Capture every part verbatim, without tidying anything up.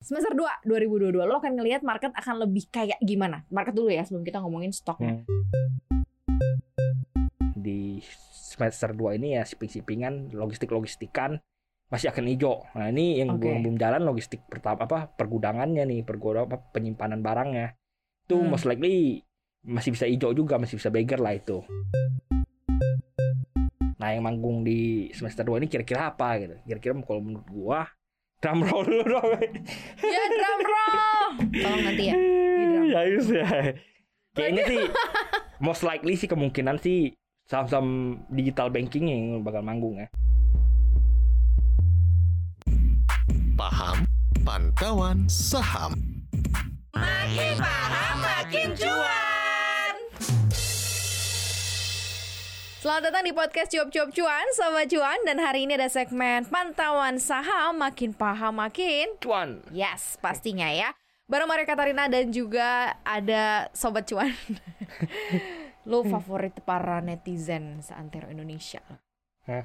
semester dua dua ribu dua puluh dua lo akan ngelihat market akan lebih kayak gimana? Market dulu ya sebelum kita ngomongin stoknya. Hmm. Di semester dua ini ya shipping-shippingan, logistik-logistikan masih akan hijau. Nah, ini yang Oke. belum belum jalan logistik pertama apa pergudangannya nih, pergudang apa penyimpanan barangnya. Itu Hmm. most likely masih bisa hijau juga, masih bisa beggar lah itu. Nah, yang manggung di semester dua ini kira-kira apa gitu. Kira-kira kalau menurut gua drum roll dulu dong. Ya drum roll. Tolong nanti ya. Di drum. Ya yes, ya. Kayaknya sih most likely sih kemungkinan sih saham-saham digital banking yang bakal manggung ya. Paham pantauan saham. Makin paham makin cuan. Selamat datang di podcast Cuap-Cuap Cuan, Sobat Cuan. Dan hari ini ada segmen pantauan saham makin paham makin Cuan. yes, pastinya ya. Bareng Maria Katarina dan juga ada Sobat Cuan. Lo favorit para netizen seantero Indonesia. Hah?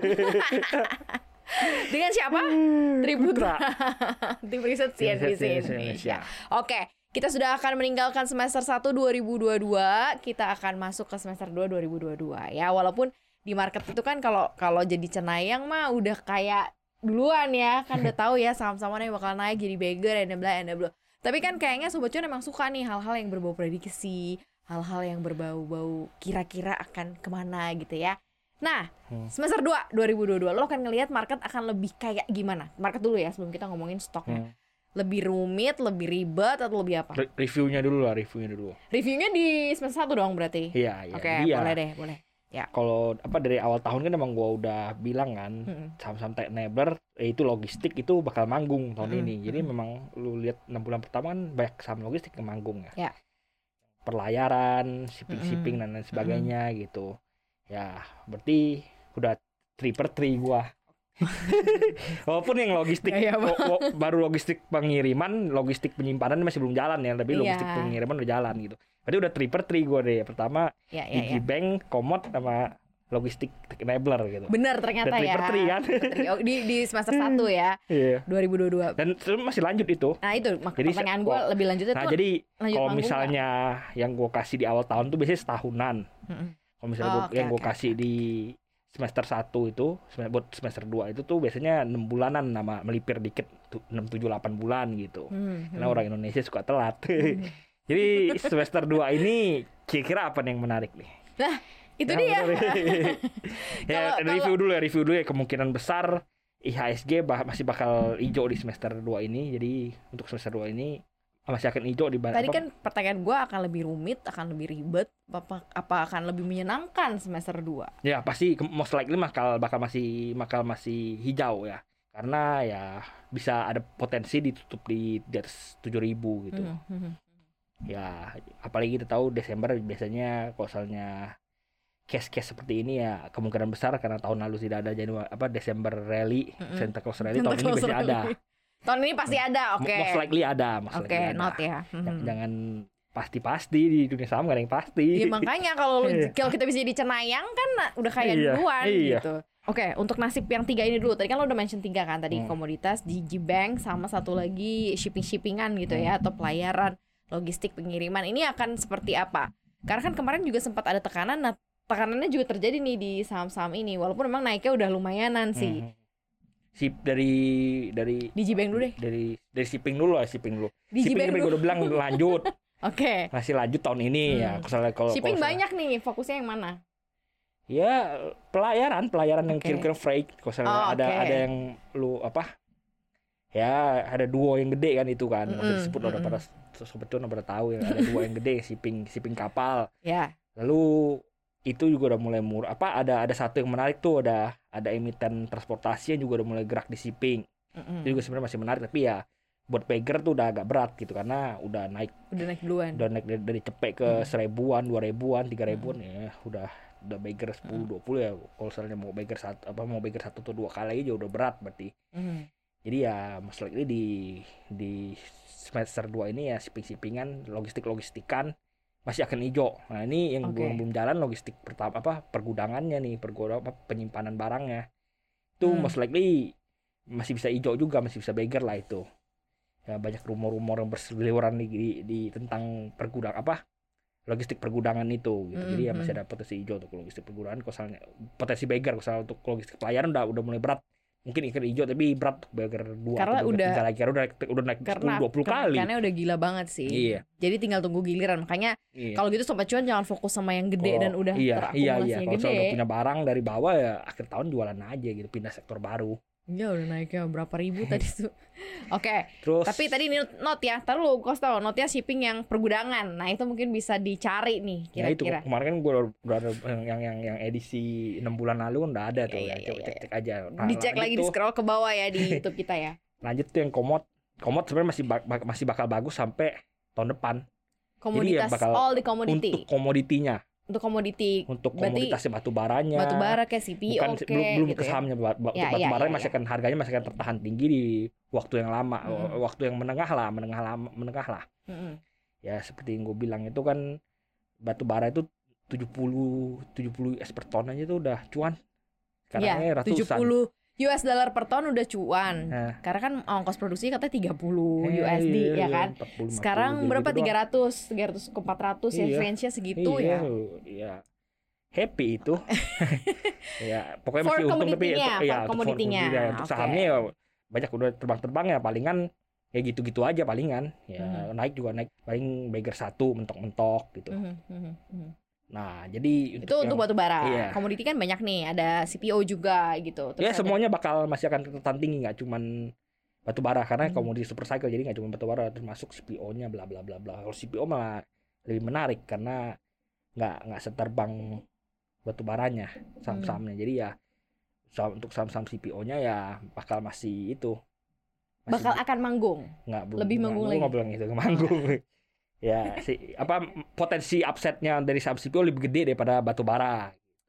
Dengan siapa? Triputra. Tim riset C N B C Indonesia. Indonesia. Oke, kita sudah akan meninggalkan semester satu dua ribu dua puluh dua, kita akan masuk ke semester dua dua ribu dua puluh dua ya. Walaupun di market itu kan kalau kalau jadi cenayang mah udah kayak duluan ya, kan udah tahu ya saham-saham mana yang bakal naik jadi beggar and bla and bla. Tapi kan kayaknya Sobat Cuan emang suka nih hal-hal yang berbau prediksi, hal-hal yang berbau-bau kira-kira akan kemana gitu ya. Nah, semester dua dua ribu dua puluh dua lo akan ngelihat market akan lebih kayak gimana? Market dulu ya sebelum kita ngomongin stoknya. Hmm. Lebih rumit, lebih ribet atau lebih apa? Re- reviewnya dulu lah, reviewnya dulu. Reviewnya di semester satu dong berarti. Iya, iya. Oke, Iya. boleh deh, boleh. Ya. Kalau apa dari awal tahun kan emang gua udah bilang kan, Mm-mm. saham-saham tech enabler eh, itu logistik itu bakal manggung tahun Mm-mm. ini. Jadi memang lu lihat enam bulan pertama kan banyak saham logistik yang manggung ya. Ya. Perlayaran, shipping-shipping dan lain sebagainya gitu. Ya, berarti udah three per three gua. Walaupun yang logistik Iya, iya, wo- wo- baru logistik pengiriman, logistik penyimpanan masih belum jalan ya, tapi Iya. logistik pengiriman udah jalan gitu. Berarti udah three per three gua deh. Pertama Ya, ya, ya. Digibank, Komod sama logistik tech enabler gitu. Benar ternyata Dan ya. three per three kan? Triple three. Oh, di di semester satu ya, Iya. dua ribu dua puluh dua. Dan itu masih lanjut itu. Nah, itu mak- Jadi, pertanyaan se- gue kok- lebih lanjutnya Nah, tuh. jadi lanjut kalau manggung misalnya yang gua kasih di awal tahun tuh biasanya setahunan. Mm-mm. Kalau misalnya Oh, gua, oke, yang gua oke, kasih di semester satu itu, sem- buat semester dua itu tuh biasanya enam bulanan nama melipir dikit tuh enam tujuh delapan bulan gitu. Hmm, Karena hmm. orang Indonesia suka telat. Jadi semester dua ini kira-kira apa nih yang menarik nih? Nah, itu Yang dia. menarik. Ya, Kalau- review dulu ya, review dulu ya. Kemungkinan besar I H S G bah- masih bakal hijau di semester dua ini. Jadi untuk semester dua ini masih akan hijau di balik. Tadi kan pertanyaan gue akan lebih rumit, akan lebih ribet, apa, apa akan lebih menyenangkan semester dua? Ya pasti ke- most likely bakal bakal masih bakal masih hijau ya. Karena ya bisa ada potensi ditutup di di atas tujuh ribu gitu. Hmm, hmm, hmm. Ya apalagi kita tahu Desember biasanya kalau misalnya case-case seperti ini ya kemungkinan besar karena tahun lalu tidak ada Januari apa Desember rally, Mm-mm. Santa Claus rally, Santa tahun ini Claus biasanya ada. rally. Tahun ini pasti ada, oke. Most likely ada, most Oke, likely ada. not ya. Jangan, Hmm. jangan pasti-pasti di dunia saham gak ada yang pasti. Iya makanya kalau lu- Iya. kalau kita bisa jadi cenayang kan udah kayak Iya, duluan iya. gitu. Oke, untuk nasib yang tiga ini dulu. Tadi kan lo udah mention tiga kan tadi Hmm. komoditas, Digibank sama satu lagi shipping-shippingan gitu ya atau pelayaran, logistik pengiriman. Ini akan seperti apa? Karena kan kemarin juga sempat ada tekanan. Nah, tekanannya juga terjadi nih di saham-saham ini. Walaupun memang naiknya udah lumayanan sih. Hmm. Sip dari dari Digibank dulu deh. dari dari shipping dulu lah, shipping dulu. Digibank Shipping tadi dulu. gue udah bilang lanjut, Oke. masih lanjut tahun ini ya. Hmm. Kalau kalau Shipping kalau- banyak nih, fokusnya yang mana? Ya pelayaran, pelayaran yang Oke. kirim-kirim freight. Kalau misalnya Oh, ada oke. ada yang lu apa? Ya ada duo yang gede kan itu kan. Nggak usah Mm-mm, disebut udah mm-mm. pada sebetulnya udah pada tahu ya ada duo yang gede shipping shipping kapal. Ya. Lalu itu juga udah mulai murah. Apa ada ada satu yang menarik tuh ada ada emiten transportasi yang juga udah mulai gerak di shipping. Mm-mm. Itu juga sebenarnya masih menarik tapi ya buat beggar tuh udah agak berat gitu karena udah naik Udah naik duluan. udah naik dari, dari cepek ke Hmm. seribuan, dua ribuan, tiga ribuan ya udah udah beggar sepuluh dua puluh ya. Kalau misalnya mau beggar satu apa mau beggar satu atau dua kali aja udah berat berarti. Mm. Jadi ya most likely di di semester dua ini ya shipping-shippingan, logistik-logistikan masih akan hijau. Nah, ini yang Oke. belum belum jalan logistik pertama apa pergudangannya nih, pergudang apa penyimpanan barangnya. Itu Hmm. most likely masih bisa hijau juga, masih bisa beggar lah itu. ya banyak rumor-rumor yang berseliweran di, di, di tentang pergudang apa logistik pergudangan itu gitu. Jadi ya masih ada potensi hijau untuk logistik pergudangan. Kalau misalnya potensi beggar kalau misalnya untuk logistik pelayaran udah udah mulai berat. Mungkin ikan hijau tapi berat untuk beggar dua Karena atau udah tiga lagi karena udah udah naik sepuluh dua puluh kali. Karena udah gila banget sih. Iya. Jadi tinggal tunggu giliran. Makanya Iya. kalau gitu Sobat Cuan jangan fokus sama yang gede Kalau- dan udah iya, iya, iya. terakumulasinya Kalau gede. misalnya udah punya barang dari bawah ya akhir tahun jualan aja gitu, pindah sektor baru. Iya udah naiknya berapa ribu tadi tuh. Oke. Terus Tapi tadi ini note ya, ntar lu kos tau note-nya shipping yang pergudangan. Nah itu mungkin bisa dicari nih ya itu kira-kira. kemarin kan gue udah ada yang yang yang, yang edisi enam bulan lalu udah ada tuh Iya, ya, iya, coba iya, cek cek aja. Nah, Dicek lanjut lagi di tuh, scroll ke bawah ya di YouTube kita ya. lanjut tuh yang komod komod sebenarnya masih bak- bak- masih bakal bagus sampai tahun depan Komoditas bakal all the untuk commodity. komoditinya, Untuk komoditi untuk Berarti komoditasnya batu baranya. batu bara kayak C P O Bukan kayak belum belum gitu ke ya. sahamnya ba- ba- Ya, untuk batu ya, bara ya, masih ya. akan harganya masih akan tertahan tinggi di waktu yang lama, Mm-mm. waktu yang menengah lah, menengah lama, menengah lah. Mm-mm. Ya seperti yang gue bilang itu kan batu bara itu tujuh puluh tujuh puluh U S per ton aja tuh udah cuan. Sekarang Iya, ratusan. tujuh puluh U S dollar per ton udah cuan. Nah, Karena kan ongkos produksi katanya tiga puluh eh, U S D iya, ya iya, kan. empat puluh, lima puluh Sekarang gitu berapa? doang. tiga ratus, tiga ratus ke empat ratus ya, Iya. range-nya segitu Iya, ya. iya. Happy itu. Ya, pokoknya For masih untung tapi komoditinya, ya, for ya, untuk for komoditinya. komoditinya. Untuk Oke. sahamnya ya banyak udah terbang-terbang ya palingan ya gitu-gitu aja palingan. Ya Mhm. naik juga naik paling beggar satu mentok-mentok gitu. Mhm, mhm, mhm. Nah, jadi Itu untuk batu bara. iya. Komoditi kan banyak nih, ada C P O juga gitu. ya ada- semuanya bakal masih akan tertahan tinggi, nggak cuman batu bara karena Mhm. komoditi super cycle, jadi nggak cuma batu bara, termasuk C P O-nya bla bla bla bla. Kalau C P O malah lebih menarik karena nggak nggak seterbang batu baranya saham-sahamnya. Jadi ya saham- untuk saham-saham C P O-nya ya bakal masih itu masih bakal akan manggung. nggak belum lebih nggak- manggung gua lagi. nggak bilang itu manggung. Ya si apa potensi upsetnya dari saham C P O lebih gede daripada batu bara.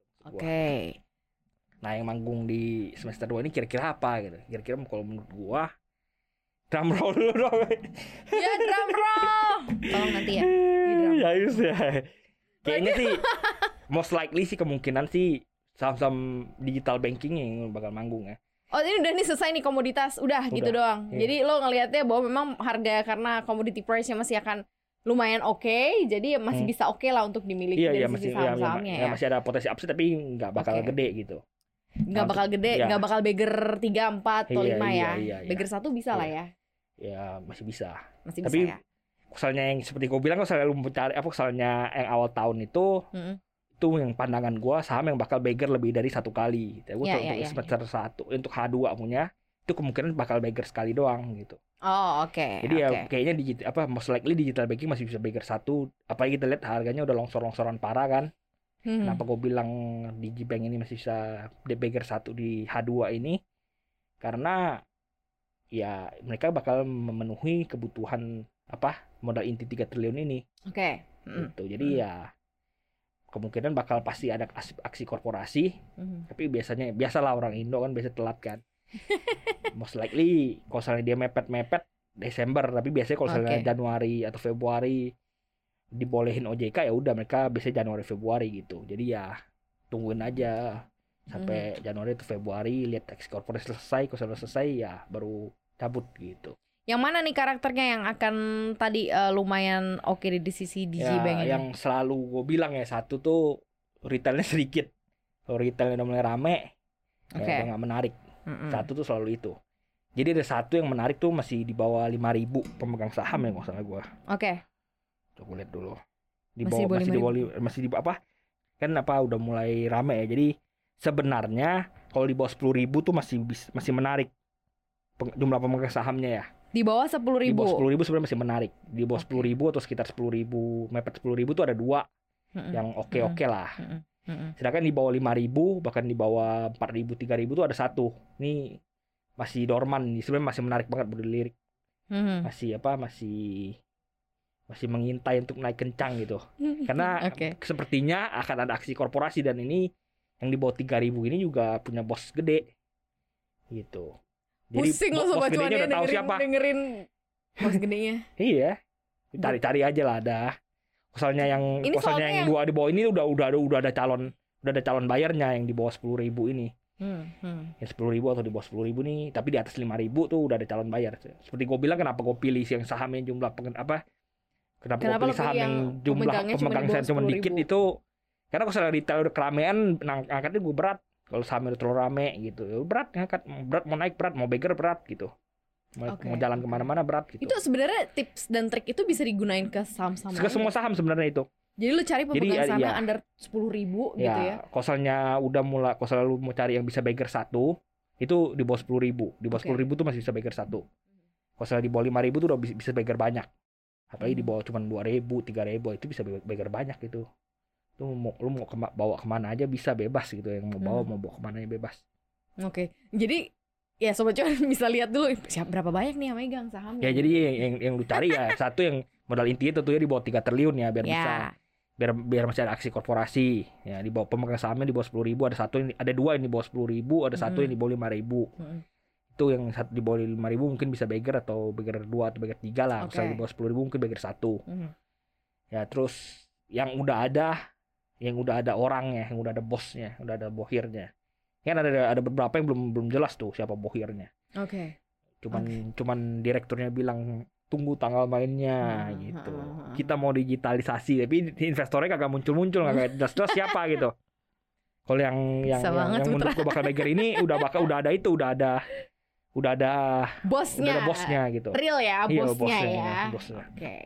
Oke. Nah, yang manggung di semester dua ini kira-kira apa gitu. Kira-kira kalau menurut gua drum roll dulu dong. Ya drum roll. Tolong nanti ya. drum. Ya yes, ya. Kayaknya sih most likely sih kemungkinan sih saham-saham digital banking yang bakal manggung ya. Oh ini udah nih selesai nih komoditas. Udah, Udah, gitu doang. iya. Jadi lo ngelihatnya bahwa memang harga karena commodity price-nya masih akan lumayan oke. Jadi masih Hmm. bisa oke lah untuk dimiliki Iya, dari iya sisi masih ya, ya, saham-sahamnya ya, ya. masih ada potensi upside tapi nggak bakal Oke. gede gitu. Nggak Nah, bakal gede, iya. nggak bakal beggar tiga, empat, atau Iya, lima iya, ya. iya, iya. Beggar satu bisa lah ya. Ya masih bisa. Masih Tapi bisa ya. Misalnya yang seperti gue bilang, kalau misalnya lu mencari apa misalnya yang awal tahun itu Mm-mm. itu yang pandangan gua saham yang bakal beggar lebih dari satu kali. Jadi gua Ya, untuk ya, ya, semester satu untuk H dua punya itu kemungkinan bakal beggar sekali doang gitu. Oh oke. Jadi ya oke. kayaknya digital apa most likely digital banking masih bisa beggar satu. Apalagi kita lihat harganya udah longsor-longsoran parah kan. Hmm. Kenapa gue bilang Digibank ini masih bisa beggar satu di H dua ini? Karena ya mereka bakal memenuhi kebutuhan apa modal inti tiga triliun ini. Oke. Mm-mm. Gitu. Jadi Mm. ya kemungkinan bakal pasti ada aksi, aksi korporasi. Mhm. Tapi biasanya biasalah orang Indo kan biasa telat kan. Most likely kalau misalnya dia mepet-mepet Desember, tapi biasanya kalau misalnya Oke. Januari atau Februari dibolehin O J K ya udah mereka biasanya Januari Februari gitu. Jadi ya tungguin aja sampai Januari atau Februari, lihat tax corporate selesai, kalau sudah selesai ya baru cabut gitu. Yang mana nih karakternya yang akan tadi eh, lumayan oke di sisi Ya Digibank ini? yang selalu gue bilang ya, satu tuh retailnya sedikit. Kalau retailnya udah mulai rame Oke. ya udah nggak menarik. Mm-mm. Satu tuh selalu itu. Jadi ada satu yang menarik tuh masih di bawah lima ribu pemegang saham ya kalau salah gua. Oke. Coba lihat dulu. Di Masih bawah di bawah masih di bawah li- masih di bawah apa? Kan apa udah mulai rame ya. Jadi sebenarnya kalau di bawah sepuluh ribu tuh masih bis- masih menarik peng- jumlah pemegang sahamnya ya. Di bawah sepuluh Di ribu. bawah sepuluh ribu sebenarnya masih menarik. Di bawah Oke. sepuluh ribu atau sekitar sepuluh ribu, mepet sepuluh ribu tuh ada dua yang oke-oke lah. Sedangkan di bawah lima ribu bahkan di bawah empat ribu, tiga ribu tuh ada satu. Ini masih dorman, sebenarnya masih menarik banget berdilirik. Masih apa? Masih masih mengintai untuk naik kencang gitu. Karena Oke. sepertinya akan ada aksi korporasi dan ini yang di bawah tiga ribu ini juga punya bos gede. Gitu. Pusing lo bo- sobat bos gedenya cuannya udah tahu dengerin, siapa. dengerin bos gedenya. Iya. Cari-cari aja lah ada. Misalnya yang Ini misalnya soalnya yang yang- dua di bawah ini udah udah ada udah ada calon udah ada calon bayarnya yang di bawah sepuluh ribu ini. Hmm, hmm. Yang sepuluh ribu atau di bawah sepuluh ribu nih, tapi di atas lima ribu tuh udah ada calon bayar. Seperti gue bilang, kenapa gue pilih yang sahamnya jumlah pengen apa? Kenapa, Kenapa gue pilih saham yang jumlah pemegang saham cuma dikit itu? Karena kalau retail udah keramaian, angkatnya gue berat. Kalau sahamnya udah terlalu rame gitu, ya berat ngangkat, berat mau naik berat, mau beggar berat gitu. Mau, okay. mau jalan kemana-mana berat gitu. Itu sebenarnya tips dan trik itu bisa digunain ke saham-saham. Ke semua saham sebenarnya itu. Jadi lu cari pemegang saham yang under sepuluh ribu ya, gitu ya. Kosalnya udah mulai, kosal lu mau cari yang bisa beggar satu, itu di bawah sepuluh ribu. Di bawah sepuluh ribu tuh masih bisa beggar satu. Kosal di bawah lima ribu tuh udah bisa, bisa beggar banyak. Apalagi hmm. di bawah cuma dua ribu, tiga ribu itu bisa beggar banyak gitu. Lu mau lu mau kema, bawa kemana aja bisa bebas gitu. Yang mau bawa hmm. mau bawa kemana aja bebas. Oke. Okay. Jadi ya Sobat Cuan bisa lihat dulu siapa berapa banyak nih yang megang sahamnya. Ya jadi yang yang, yang lu cari ya satu yang modal intinya tentunya di bawah tiga triliun ya biar ya. bisa biar biar masih ada aksi korporasi ya. Di bawah pemegang sahamnya di bawah sepuluh ribu, ada satu ada dua yang di bawah sepuluh ribu, ada satu mm-hmm. yang di bawah lima ribu. Mm-hmm. Itu yang satu di bawah lima ribu mungkin bisa beggar atau beggar dua atau beggar tiga lah. Okay. Misalnya di bawah sepuluh ribu mungkin beggar satu. Mm-hmm. Ya terus yang udah ada yang udah ada orangnya, yang udah ada bosnya, udah ada bohirnya. Kan ada ada beberapa yang belum belum jelas tuh siapa bohirnya. Oke. Okay. Cuman okay. cuman direkturnya bilang tunggu tanggal mainnya hmm, gitu. Hmm, hmm. Kita mau digitalisasi tapi investornya kagak muncul-muncul, kagak jelas-jelas siapa gitu. Kalau yang yang yang, yang menurut gue bakal beggar ini udah bakal udah ada itu, udah ada udah ada bosnya. Udah ada bosnya gitu. Real ya bosnya, iya, bosnya ya. Bosnya. Oke. Okay.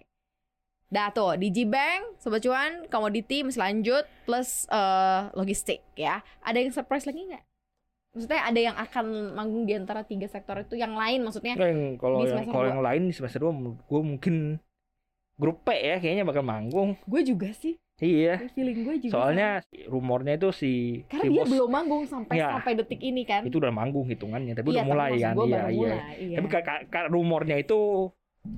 Dah tuh di Gbank, Sobat Cuan, komoditi masih lanjut plus uh, logistik ya. Ada yang surprise lagi nggak? Maksudnya ada yang akan manggung di antara tiga sektor itu, yang lain maksudnya? Yang kalau yang kalau yang lain di semester dua, gue mungkin grup P ya kayaknya bakal manggung. Gue juga sih. Iya. Feeling gue juga. Soalnya sih. Rumornya itu si karena si dia bos, belum manggung sampai ya, sampai detik ini kan. Itu udah manggung hitungannya, tapi iya, udah mulai kan. Iya, iya. Mulai, iya. Tapi karena rumornya itu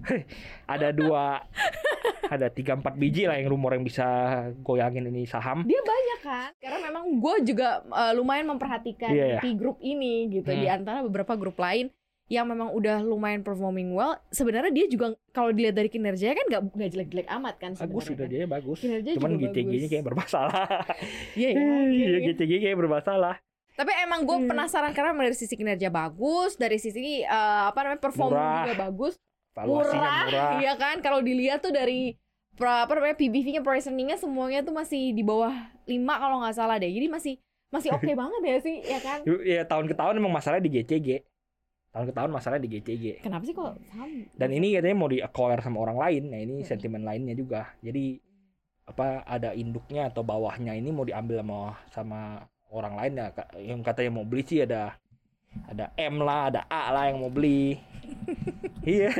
ada dua ada tiga empat biji lah yang rumor yang bisa goyangin ini saham. Dia banyak kan, karena memang gue juga uh, lumayan memperhatikan yeah, di grup ini gitu. Hmm. Di antara beberapa grup lain yang memang udah lumayan performing well. Sebenarnya dia juga kalau dilihat dari kinerjanya kan nggak nggak jelek-jelek amat kan. Bagus sudah kan? Dia bagus. Kinerja cuman G C G-nya kayak bermasalah. Iya ya. Iya G C G kayak bermasalah. Tapi emang gue penasaran karena dari sisi kinerja bagus, dari sisi uh, apa namanya perform juga bagus. Murah, murah, iya kan? Kalau dilihat tuh dari pra, apa namanya P B V-nya, price earning-nya semuanya tuh masih di bawah lima kalau nggak salah deh. Jadi masih masih oke okay banget ya sih, ya kan? Iya, tahun ke tahun emang masalahnya di G C G. Tahun ke tahun masalahnya di G C G. Kenapa sih kok saham? Dan ini katanya mau di-acquire sama orang lain. Nah, ini hmm. sentimen lainnya juga. Jadi apa ada induknya atau bawahnya ini mau diambil sama sama orang lain ya. Yang katanya mau beli sih ada ada M lah, ada A lah yang mau beli. Iya.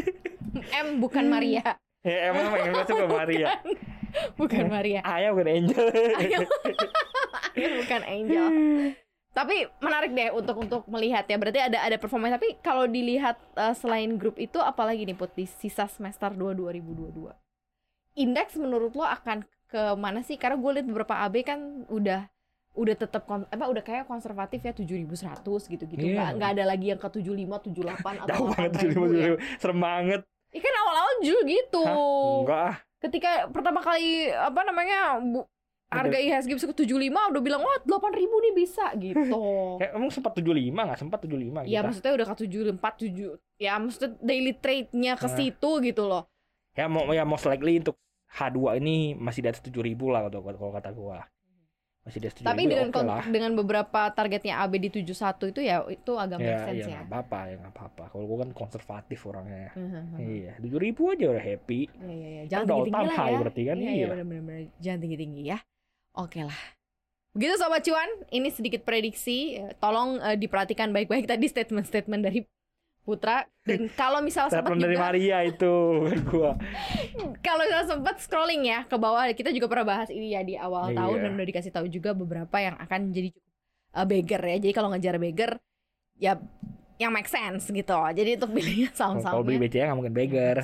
M bukan Maria. Ya, M yang masuk ke Maria. Bukan Maria. Ayah bukan Angel. Ayah bukan Angel. Tapi menarik deh untuk untuk melihat ya. Berarti ada ada performa. Tapi kalau dilihat uh, selain grup itu apalagi nih Put di sisa semester dua dua ribu dua puluh dua. Indeks menurut lo akan ke mana sih? Karena gue lihat beberapa A B kan udah udah tetap kon- apa udah kayak konservatif ya tujuh ribu seratus gitu-gitu. Yeah. Nggak nggak ada lagi yang ke tujuh puluh lima, tujuh puluh delapan atau jauh banget tujuh puluh lima, ya. Serem banget. Iya kan awal-awal juga gitu. Hah? Enggak. Ketika pertama kali apa namanya bu, harga I H S G bisa ke tujuh puluh lima udah bilang wah delapan ribu nih bisa gitu. Kayak emang sempat tujuh puluh lima enggak? Sempat tujuh puluh lima gitu. Ya maksudnya udah ke tujuh puluh empat, tujuh. Ya maksudnya daily trade-nya ke nah. situ gitu loh. Ya mau ya most likely untuk H dua ini masih di atas tujuh ribu lah kalau kalau kata gua. Masih di atas tujuh ribu. Tapi dengan okay lah. dengan beberapa targetnya A B di tujuh puluh satu itu ya itu agak make ya, sense ya. ya. Ya enggak apa-apa, ya enggak apa-apa. Kalau gua kan konservatif orangnya. Uh-huh. Iya, tujuh ribu aja udah happy. Iya iya iya. Jangan kan tinggi-tinggi lah ya. Berarti kan iya. Iya benar-benar jangan tinggi-tinggi ya. Oke lah. Begitu Sobat Cuan, ini sedikit prediksi. Tolong uh, diperhatikan baik-baik tadi statement-statement dari Putra. Dan kalau misal sempat juga dari Maria itu gua. Kalau misal sempat scrolling ya ke bawah, kita juga pernah bahas ini ya di awal iya. tahun dan udah dikasih tahu juga beberapa yang akan jadi cukup uh, beggar ya. Jadi kalau ngejar beggar ya yang make sense gitu. Jadi untuk pilihnya saham-sahamnya. Kalau beli B C A nggak mungkin beggar.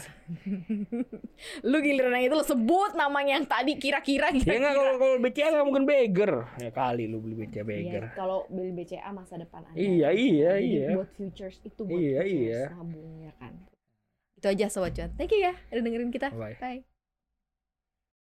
Lu giliran yang itu lu sebut namanya yang tadi kira-kira gitu. Ya nggak, kalau kalau B C A nggak mungkin beggar. Ya kali lu beli B C A beggar. Ya, kalau beli B C A masa depan Anda. Iya iya Jadi iya. buat futures itu buat iya, futures iya. nabungnya kan. Itu aja Sobat Cuan. Thank you ya udah dengerin kita. Bye. Bye.